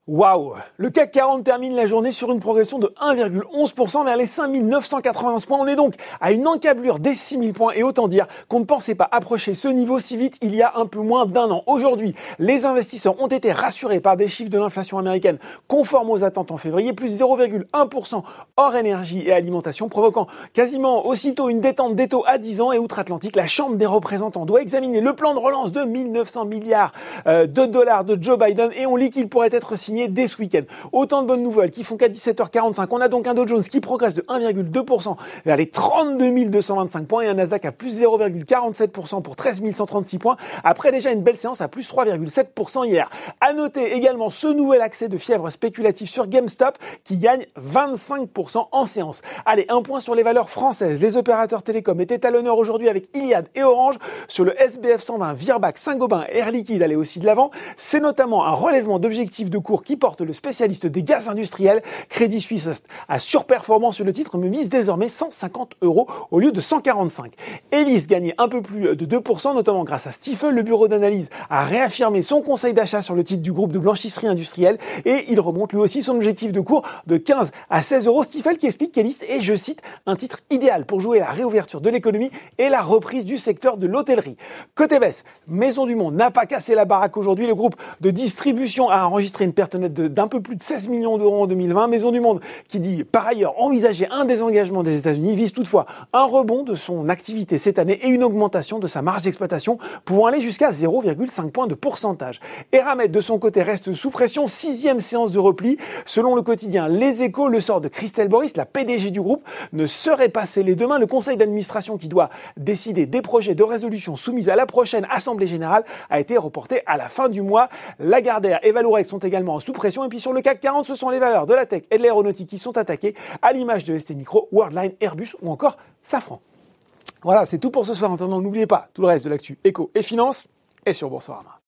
Waouh! Le CAC 40 termine la journée sur une progression de 1,11% vers les 5991 points. On est donc à une encablure des 6000 points et autant dire qu'on ne pensait pas approcher ce niveau si vite il y a un peu moins d'un an. Aujourd'hui, les investisseurs ont été rassurés par des chiffres de l'inflation américaine conformes aux attentes en février, plus 0,1% hors énergie et alimentation, provoquant quasiment aussitôt une détente des taux à 10 ans et outre-Atlantique. La Chambre des représentants doit examiner le plan de relance de 1900 milliards de dollars de Joe Biden et on lit qu'il pourrait être signé dès ce week-end. Autant de bonnes nouvelles qui font qu'à 17h45, on a donc un Dow Jones qui progresse de 1,2% vers les 32 225 points et un Nasdaq à plus 0,47% pour 13 136 points après déjà une belle séance à plus 3,7% hier. À noter également ce nouvel accès de fièvre spéculative sur GameStop qui gagne 25% en séance. Allez, un point sur les valeurs françaises. Les opérateurs télécoms étaient à l'honneur aujourd'hui avec Iliad et Orange. Sur le SBF 120, Virbac, Saint-Gobain et Air Liquide allaient aussi de l'avant. C'est notamment un relèvement d'objectifs de cours qui porte le spécialiste des gaz industriels. Crédit Suisse a surperformant sur le titre, mais mise désormais 150 € au lieu de 145. Elis gagnait un peu plus de 2%, notamment grâce à Stifel. Le bureau d'analyse a réaffirmé son conseil d'achat sur le titre du groupe de blanchisserie industrielle et il remonte lui aussi son objectif de cours de 15 à 16 €. Stifel qui explique qu'Elis est, je cite, un titre idéal pour jouer la réouverture de l'économie et la reprise du secteur de l'hôtellerie. Côté baisse, Maison du Monde n'a pas cassé la baraque aujourd'hui. Le groupe de distribution a enregistré une perte nette d'un peu plus de 16 millions d'euros en 2020. Maison du Monde qui dit par ailleurs envisager un désengagement des États-Unis vise toutefois un rebond de son activité cette année et une augmentation de sa marge d'exploitation pouvant aller jusqu'à 0,5 points de pourcentage. Eramet de son côté reste sous pression, 6e séance de repli. Selon le quotidien Les Échos, le sort de Christelle Boris, la PDG du groupe, ne serait pas scellé demain. Le conseil d'administration qui doit décider des projets de résolution soumis à la prochaine Assemblée Générale a été reporté à la fin du mois. Lagardère et Valourec sont également sous pression. Et puis sur le CAC 40, ce sont les valeurs de la tech et de l'aéronautique qui sont attaquées, à l'image de ST Micro, Worldline, Airbus ou encore Safran. Voilà, c'est tout pour ce soir. En attendant, n'oubliez pas tout le reste de l'actu éco et finance est sur Boursorama.